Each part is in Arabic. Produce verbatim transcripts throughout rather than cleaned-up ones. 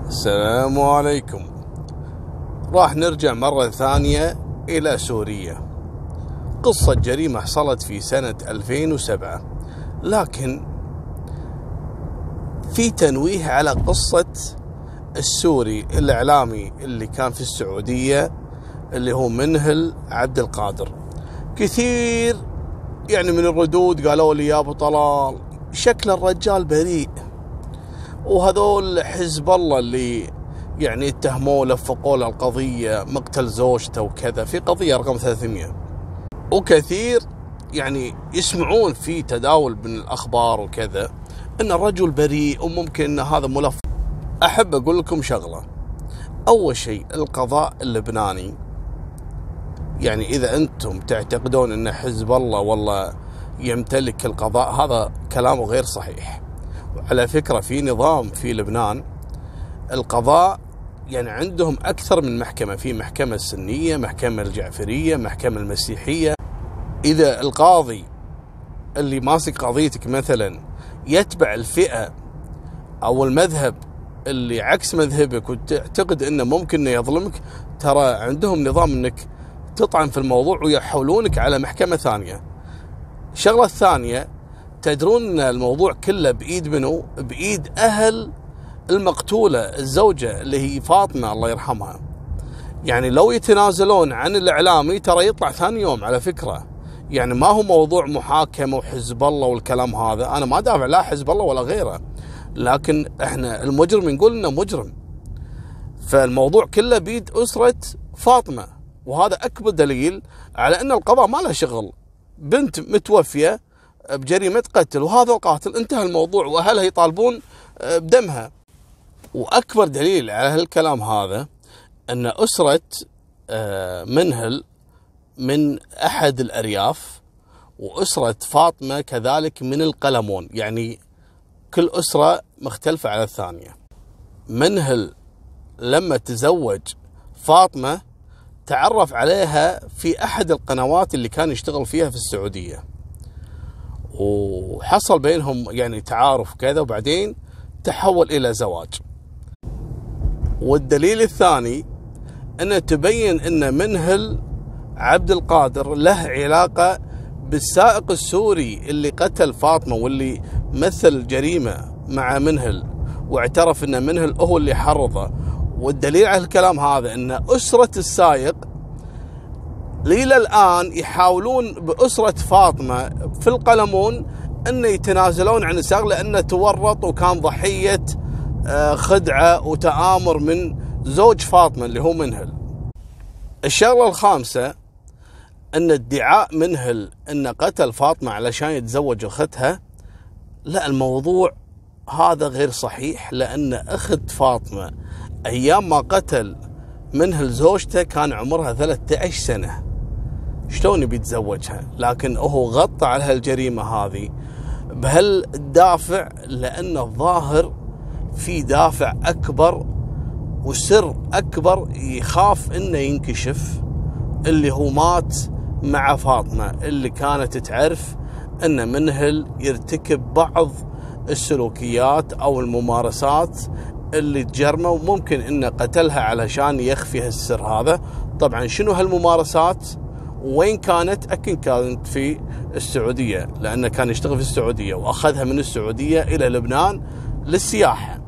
السلام عليكم. راح نرجع مرة ثانية إلى سوريا. قصة جريمة حصلت في سنة ألفين وسبعة، لكن في تنويه على قصة السوري الإعلامي اللي كان في السعودية اللي هو منهل عبد القادر. كثير يعني من الردود قالوا لي يا أبو طلال شكل الرجال بريء، وهذول حزب الله اللي يعني اتهموه لفقوا له القضية مقتل زوجته وكذا في قضية رقم ثلاثمية، وكثير يعني يسمعون في تداول من الأخبار وكذا أن الرجل بريء وممكن أن هذا ملف. أحب أقول لكم شغلة. أول شيء القضاء اللبناني، يعني إذا أنتم تعتقدون أن حزب الله والله يمتلك القضاء، هذا كلامه غير صحيح. وعلى فكرة في نظام في لبنان القضاء يعني عندهم أكثر من محكمة، في محكمة السنية، محكمة الجعفرية، محكمة المسيحية. إذا القاضي اللي ماسك قضيتك مثلا يتبع الفئة أو المذهب اللي عكس مذهبك وتعتقد أنه ممكن أنه يظلمك، ترى عندهم نظام أنك تطعن في الموضوع ويحولونك على محكمة ثانية. الشغلة الثانية، تدرون أن الموضوع كله بإيد منو؟ بإيد أهل المقتولة الزوجة اللي هي فاطمة الله يرحمها. يعني لو يتنازلون عن الإعلامي ترى يطلع ثاني يوم. على فكرة يعني ما هو موضوع محاكمة وحزب الله والكلام هذا، أنا ما دافع لا حزب الله ولا غيره، لكن احنا المجرم نقول انه مجرم. فالموضوع كله بيد أسرة فاطمة، وهذا أكبر دليل على أن القضاء ما له شغل. بنت متوفية بجريمة قتل وهذا القاتل، انتهى الموضوع وأهلها يطالبون بدمها. وأكبر دليل على هالكلام هذا أن أسرة منهل من أحد الأرياف، وأسرة فاطمة كذلك من القلمون، يعني كل أسرة مختلفة على الثانية. منهل لما تزوج فاطمة تعرف عليها في أحد القنوات اللي كان يشتغل فيها في السعودية، وحصل بينهم يعني تعارف كذا، وبعدين تحول إلى زواج. والدليل الثاني أنه تبين أن منهل عبد القادر له علاقة بالسائق السوري اللي قتل فاطمة واللي مثل جريمة مع منهل، واعترف أن منهل هو اللي حرضه. والدليل على الكلام هذا أن أسرة السائق ليلة الآن يحاولون بأسرة فاطمة في القلمون أن يتنازلون عن السائق لأنه تورط وكان ضحية خدعة وتآمر من زوج فاطمة اللي هو منهل. الشغلة الخامسة أن ادعاء منهل أن قتل فاطمة علشان يتزوج أختها، لا، الموضوع هذا غير صحيح، لأن أخت فاطمة أيام ما قتل منهل زوجته كان عمرها ثلاثة عشر سنة، شلون بيتزوجها؟ لكن هو غطى على هالجريمة هذه بهالدافع، لأن الظاهر في دافع أكبر وسر أكبر يخاف إنه ينكشف، اللي هو مات مع فاطمة اللي كانت تعرف أن منهل يرتكب بعض السلوكيات أو الممارسات اللي تجرمه، وممكن إنه قتلها علشان يخفي هالسر هذا. طبعا شنو هالممارسات وين كانت؟ أكن كانت في السعودية، لأنه كان يشتغل في السعودية وأخذها من السعودية إلى لبنان للسياحة.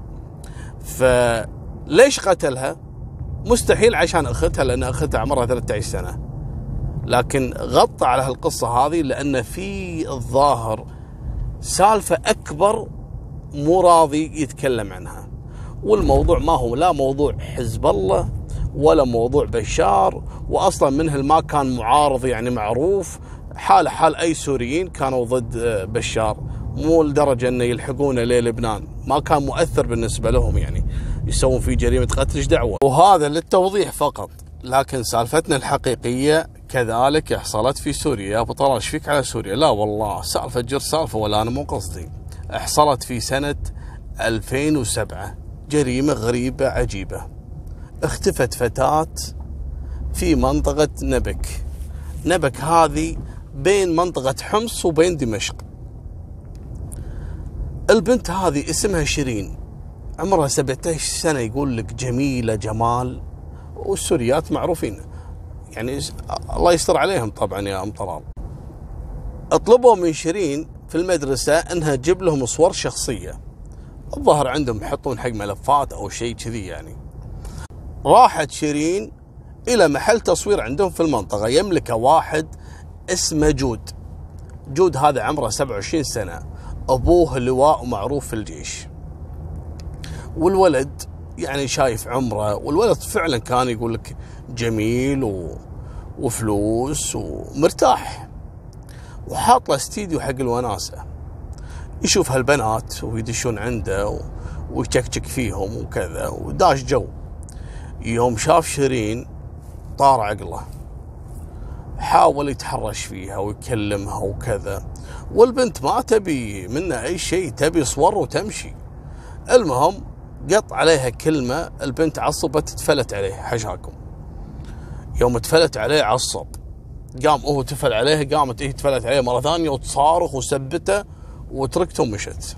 فليش قتلها؟ مستحيل عشان أختها، لأن أختها عمرها ثلاثة عشر سنة، لكن غطى على هالقصة هذه لأن في الظاهر سالفة أكبر مو راضي يتكلم عنها. والموضوع ما هو لا موضوع حزب الله ولا موضوع بشار، وأصلا منهل ما كان معارض يعني معروف، حال حال أي سوريين كانوا ضد بشار، مو لدرجة أنه يلحقونه للبنان، ما كان مؤثر بالنسبة لهم، يعني يسوون فيه جريمة قتل ايش دعوة. وهذا للتوضيح فقط، لكن سالفتنا الحقيقية كذلك حصلت في سوريا. يا أبو طلال ايش فيك على سوريا؟ لا والله سالفة جر سالفة، ولا أنا مو قصدي. حصلت في سنة ألفين وسبعة جريمة غريبة عجيبة. اختفت فتاة في منطقة نبك. نبك هذه بين منطقة حمص وبين دمشق. البنت هذه اسمها شيرين، عمرها سبعة عشر سنة، يقول لك جميلة جمال. والسوريات معروفين يعني الله يستر عليهم طبعا يا أم طلال. اطلبوا من شيرين في المدرسة انها تجيب لهم صور شخصية، الظهر عندهم يحطون حق ملفات او شيء كذي يعني. راحت شيرين الى محل تصوير عندهم في المنطقة يملكه واحد اسمه جود. جود هذا عمره سبعة وعشرين سنة، ابوه لواء ومعروف في الجيش. والولد يعني شايف عمره، والولد فعلا كان يقول لك جميل و... وفلوس ومرتاح، وحاط له استديو حق الوناسة، يشوف هالبنات ويدشون عنده و... ويشكشك فيهم وكذا وداش جو. يوم شاف شيرين طار عقله، حاول يتحرش فيها ويكلمها وكذا، والبنت ما تبي منه اي شيء، تبي صور وتمشي. المهم قط عليها كلمة، البنت عصبت تفلت عليه حشاكم. يوم تفلت عليه عصب، قام هو تفل عليها، قامت هي تفلت عليه مرة ثانية وتصارخ وسبته وتركته ومشت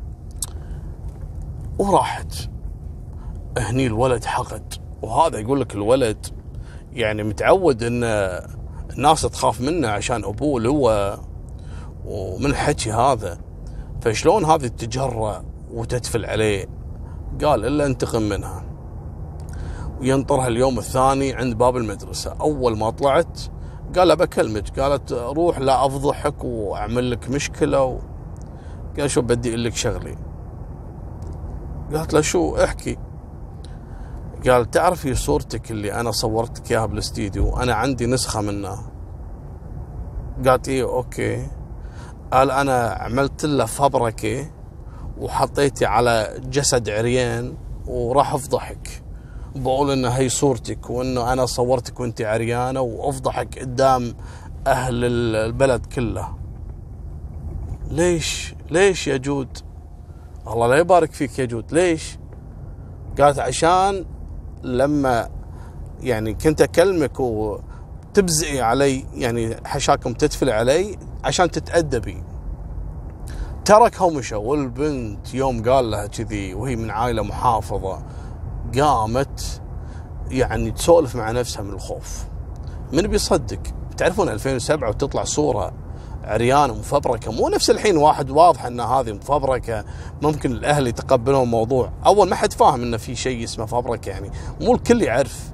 وراحت. هني الولد حقد، وهذا يقول لك الولد يعني متعود ان الناس تخاف منه عشان ابوه اللي ومن الحكي هذا، فشلون هذه تتجرأ وتتفل عليه؟ قال الا انتقم منها. وينطرها اليوم الثاني عند باب المدرسة. اول ما طلعت قال لها بكلمك، قالت روح لا افضحك واعمل لك مشكلة و... قال شو بدي اقول لك شغلي. قالت له شو احكي. قال تعرفي صورتك اللي انا صورتك اياها بالاستديو، انا عندي نسخة منها. قالت ايه اوكي. قال انا عملت له فبركة وحطيتي على جسد عريان وراح افضحك، بقول انه هي صورتك وانه انا صورتك وانت عريانة وافضحك قدام اهل البلد كله. ليش ليش يا جود؟ الله لا يبارك فيك يا جود، ليش؟ قالت عشان لما يعني كنت اكلمك وتبزئي علي، يعني حشاكم تتفل علي عشان تتأدبي. تركها ومشى. والبنت يوم قال لها كذي وهي من عائلة محافظة قامت يعني تسولف مع نفسها من الخوف. من بيصدق؟ تعرفون ألفين وسبعة وتطلع صورة عريانة مفبركة، مو نفس الحين واحد واضح ان هذه مفبركة ممكن الاهل يتقبلون الموضوع. اول ما حد فاهم انه في شيء اسمه فبركة، يعني مو الكل يعرف.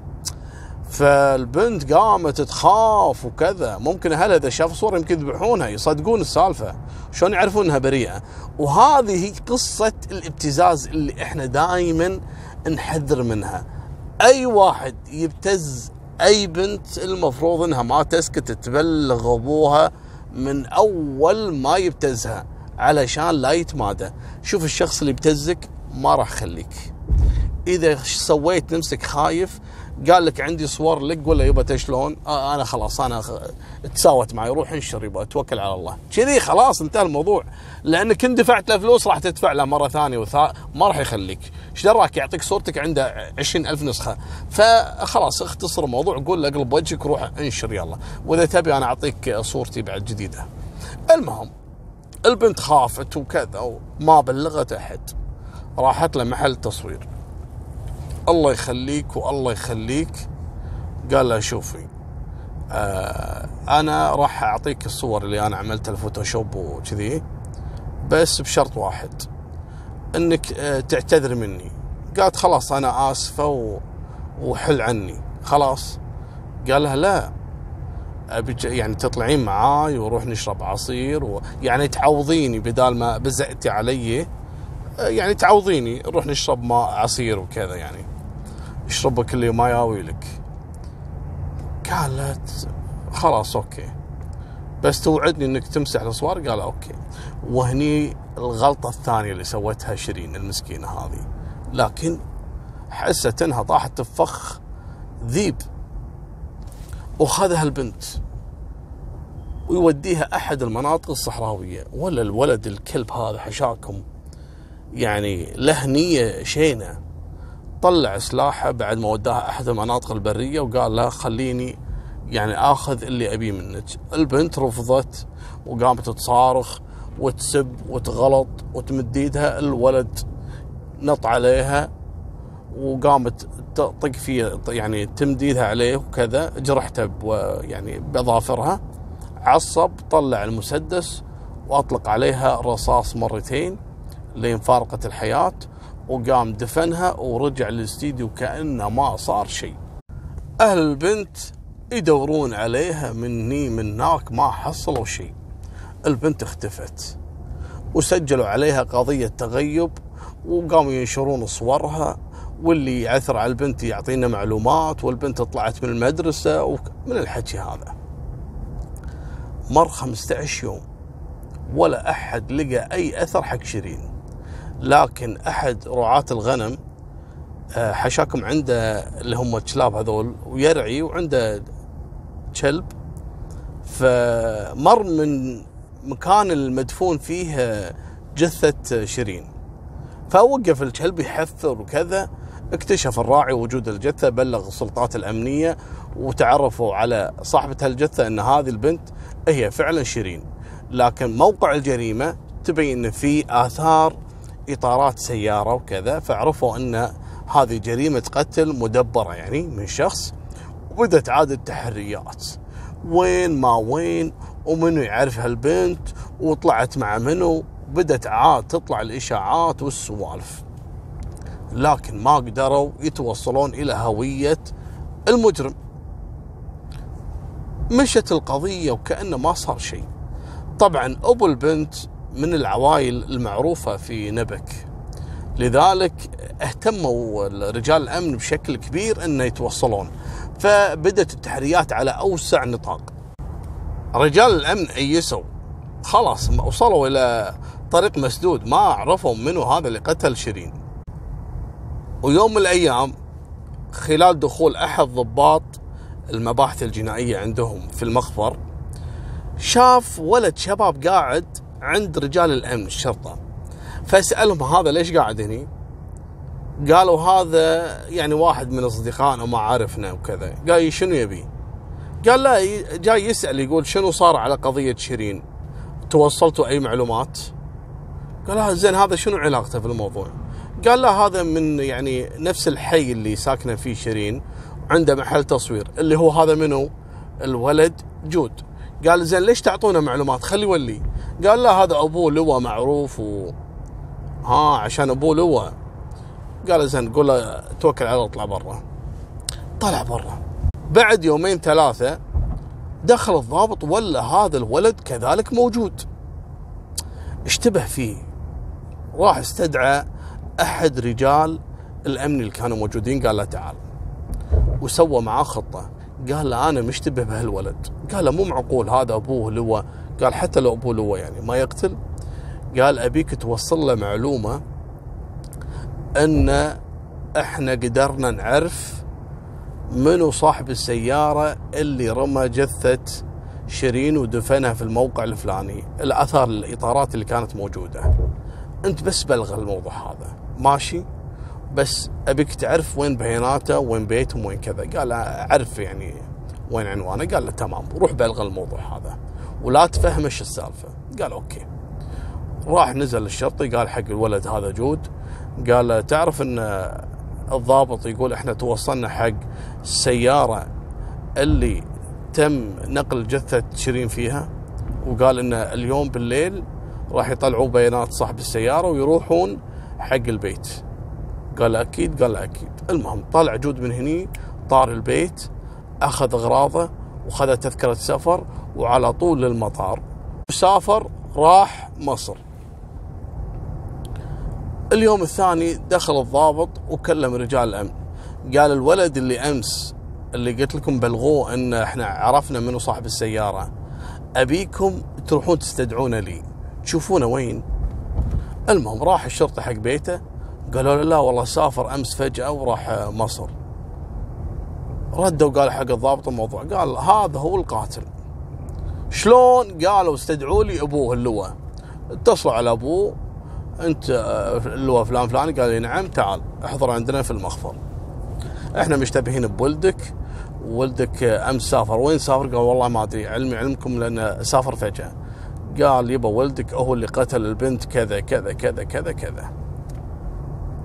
فالبنت قامت تخاف وكذا، ممكن اهلها اذا شافوا صورة يمكن يذبحونها، يصدقون السالفة، شلون يعرفون انها بريئة؟ وهذه هي قصة الابتزاز اللي احنا دائما نحذر منها. اي واحد يبتز اي بنت المفروض انها ما تسكت، تبلغ ابوها من اول ما يبتزها علشان لا يتمادى. شوف الشخص اللي يبتزك ما راح خليك، اذا سويت نفسك خايف قال لك عندي صور لك ولا يبا شلون، آه انا خلاص انا تساوت معي، روح انشر يبا توكل على الله، كذي خلاص انتهى الموضوع. لانك ان دفعت له فلوس راح تدفع له مره ثانيه وثا ما راح يخليك. ايش دراك يعطيك صورتك عنده عشرين ألف نسخه، فخلاص اختصر الموضوع، قول له اقلب وجهك روح انشر يلا، واذا تبي انا اعطيك صورتي بعد جديده. المهم البنت خافت وكذا وما بلغت احد، راحت له محل تصوير. الله يخليك والله يخليك، قال لها شوفي آه انا راح اعطيك الصور اللي انا عملتها الفوتوشوب وكذي، بس بشرط واحد انك آه تعتذر مني. قالت خلاص انا اسفه وحل عني خلاص. قال لها لا ابي يعني تطلعين معاي وروح نشرب عصير و... يعني تعوضيني بدال ما بزعتي علي، آه يعني تعوضيني، نروح نشرب ماء عصير وكذا، يعني اشربه كل يوم ما ياوي لك. قالت خلاص اوكي بس توعدني انك تمسح الصور. قال اوكي. وهني الغلطة الثانية اللي سوتها شيرين المسكينة هذه، لكن حست انها طاحت تفخ ذيب، وخذها البنت ويوديها احد المناطق الصحراوية. ولا الولد الكلب هذا حشاكم يعني له نية شينة، طلع سلاحه بعد ما وداها احد المناطق البرية وقال لها خليني يعني اخذ اللي ابيه منك. البنت رفضت وقامت تصارخ وتسب وتغلط وتمد ايدها. الولد نط عليها وقامت تطق فيه، يعني تمديدها عليه وكذا، جرحته يعني بأظافرها. عصب، طلع المسدس وأطلق عليها رصاص مرتين لين فارقت الحياة، وقام دفنها ورجع للاستديو كأنه ما صار شيء. أهل البنت يدورون عليها مني من هناك، ما حصلوا شيء. البنت اختفت، وسجلوا عليها قضية تغيب، وقاموا ينشرون صورها، واللي يعثر على البنت يعطينا معلومات، والبنت طلعت من المدرسة ومن الحكي هذا. مر خمسة عشر يوم ولا أحد لقى أي أثر حق شيرين. لكن أحد رعاة الغنم حشاكم عنده اللي هم الكلاب هذول ويرعي، وعنده كلب، فمر من مكان المدفون فيه جثة شيرين، فوقف الكلب يحفر وكذا. اكتشف الراعي وجود الجثة، بلغ السلطات الأمنية، وتعرفوا على صاحبة هالجثة أن هذه البنت هي فعلا شيرين. لكن موقع الجريمة تبين أن في آثار إطارات سيارة وكذا، فعرفوا أن هذه جريمة قتل مدبرة يعني من شخص. وبدت عاد التحريات، وين ما وين، ومنو يعرف هالبنت، وطلعت مع منو. بدت عاد تطلع الإشاعات والسوالف، لكن ما قدروا يتوصلون إلى هوية المجرم. مشت القضية وكأنه ما صار شيء. طبعا أبو البنت من العوائل المعروفة في نبك، لذلك اهتموا رجال الأمن بشكل كبير أن يتوصلون، فبدت التحريات على أوسع نطاق. رجال الأمن أيسوا، خلاص وصلوا إلى طريق مسدود، ما عرفوا منو هذا اللي قتل شيرين. ويوم من الأيام خلال دخول أحد ضباط المباحث الجنائية عندهم في المخفر، شاف ولد شباب قاعد عند رجال الأمن الشرطة، فسألهم هذا ليش قاعد هني؟ قالوا هذا يعني واحد من أصدقائنا ما عرفنا وكذا. قال شنو يبي؟ قال لا، جاي يسأل يقول شنو صار على قضية شيرين، توصلتوا أي معلومات؟ قال زين هذا شنو علاقته في الموضوع؟ قال لا، هذا من يعني نفس الحي اللي ساكنة فيه شيرين، عنده محل تصوير اللي هو هذا منو؟ الولد جود. قال زين ليش تعطونا معلومات؟ خلي يولي. قال لا، هذا أبوه لواء معروف، و ها عشان أبوه لواء. قال زين قول له توكل على الله اطلع برا. طلع برا. بعد يومين ثلاثة دخل الضابط، ولا هذا الولد كذلك موجود. اشتبه فيه، راح استدعى أحد رجال الأمن اللي كانوا موجودين، قال له تعال، وسوى معاه خطة. قال له أنا مشتبه بهالولد. قال له مو معقول، هذا أبوه لواء. قال حتى لو أبوه لواء يعني ما يقتل. قال أبيك توصل له معلومة أن إحنا قدرنا نعرف منو صاحب السيارة اللي رمى جثة شيرين ودفنها في الموقع الفلاني، الأثار الإطارات اللي كانت موجودة. أنت بس بلغ الموضوع هذا ماشي، بس أبيك تعرف وين بياناته، وين بيتهم، وين كذا. قال أعرف يعني وين عنوانه. قال له تمام، روح بلغ الموضوع هذا ولا تفهمش السالفة. قال أوكي. راح نزل الشرطي، قال حق الولد هذا جود، قال له تعرف أن الضابط يقول إحنا توصلنا حق السيارة اللي تم نقل جثة شيرين فيها، وقال إن اليوم بالليل راح يطلعوا بيانات صاحب السيارة ويروحون حق البيت. قال أكيد. قال أكيد. المهم طلع جود من هني، طار البيت، أخذ أغراضه وخذ تذكرة سفر وعلى طول للمطار، وسافر راح مصر. اليوم الثاني دخل الضابط وكلم رجال الأمن، قال الولد اللي أمس اللي قلت لكم بلغوه أن احنا عرفنا منه صاحب السيارة، أبيكم تروحون تستدعونه لي، تشوفونه وين. المهم راح الشرطة حق بيته، قالوا له لا والله سافر أمس فجأة وراح مصر. ردوا قال حق الضابط الموضوع، قال هذا هو القاتل. شلون؟ قالوا استدعوا لي أبوه اللواء. اتصلوا على أبوه، أنت اللواء فلان فلان؟ قال لي نعم، تعال احضر عندنا في المخفر، احنا مشتبهين بولدك، ولدك أمس سافر. وين سافر؟ قال والله ما أدري، علمي علمكم لأنه سافر فجأة. قال يبا ولدك هو اللي قتل البنت كذا كذا كذا كذا كذا.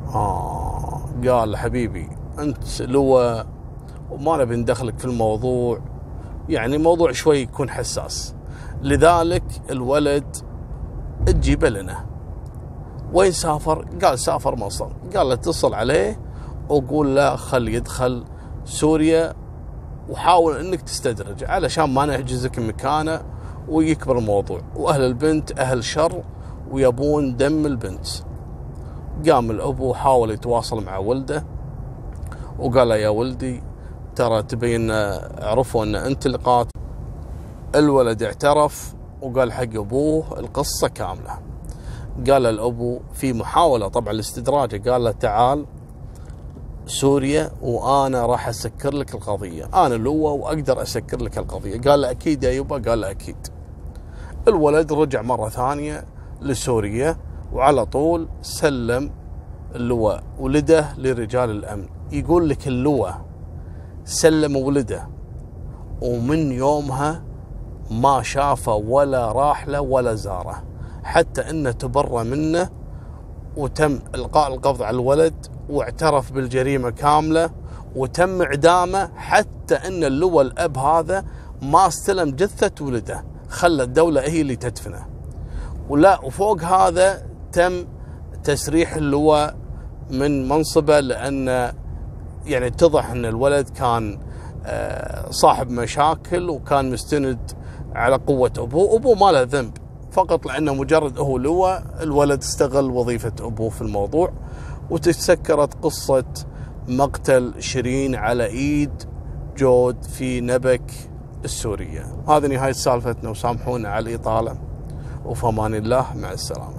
آه قال حبيبي أنت لواء وما نبي ندخلك في الموضوع، يعني موضوع شوي يكون حساس، لذلك الولد تجيبه لنا. وين سافر؟ قال سافر مصر. قال له اتصل عليه وقول له خل يدخل سوريا، وحاول انك تستدرج علشان ما نحجزك مكانه ويكبر الموضوع، واهل البنت اهل شر ويبون دم البنت. قام الابو حاول يتواصل مع ولده وقال له يا ولدي ترى تبين عرفوا ان انت اللي قاتل. الولد اعترف وقال حق ابوه القصه كامله. قال الابو في محاوله طبعا لاستدراجه، قال له تعال سوريا وانا راح اسكر لك القضيه، انا لواء واقدر اسكر لك القضيه. قال له اكيد يا يبا. قال له اكيد. الولد رجع مره ثانيه لسوريا وعلى طول سلم اللواء ولده لرجال الامن. يقول لك اللواء سلم ولده ومن يومها ما شافه ولا راح له ولا زاره، حتى انه تبرى منه وتم القاء القبض على الولد واعترف بالجريمه كامله وتم اعدامه، حتى ان اللواء الاب هذا ما استلم جثه ولده، خلى الدوله هي اللي تدفنه. ولا وفوق هذا تم تسريح اللواء من منصبه، لان يعني اتضح ان الولد كان صاحب مشاكل وكان مستند على قوه ابوه. ابوه ما له ذنب، فقط لانه مجرد هو لواء الولد استغل وظيفه ابوه في الموضوع. وتسكرت قصه مقتل شيرين على ايد جود في نبك السوريه. هذه نهايه سالفتنا، وسامحونا على الاطاله، وفي امان الله، مع السلامه.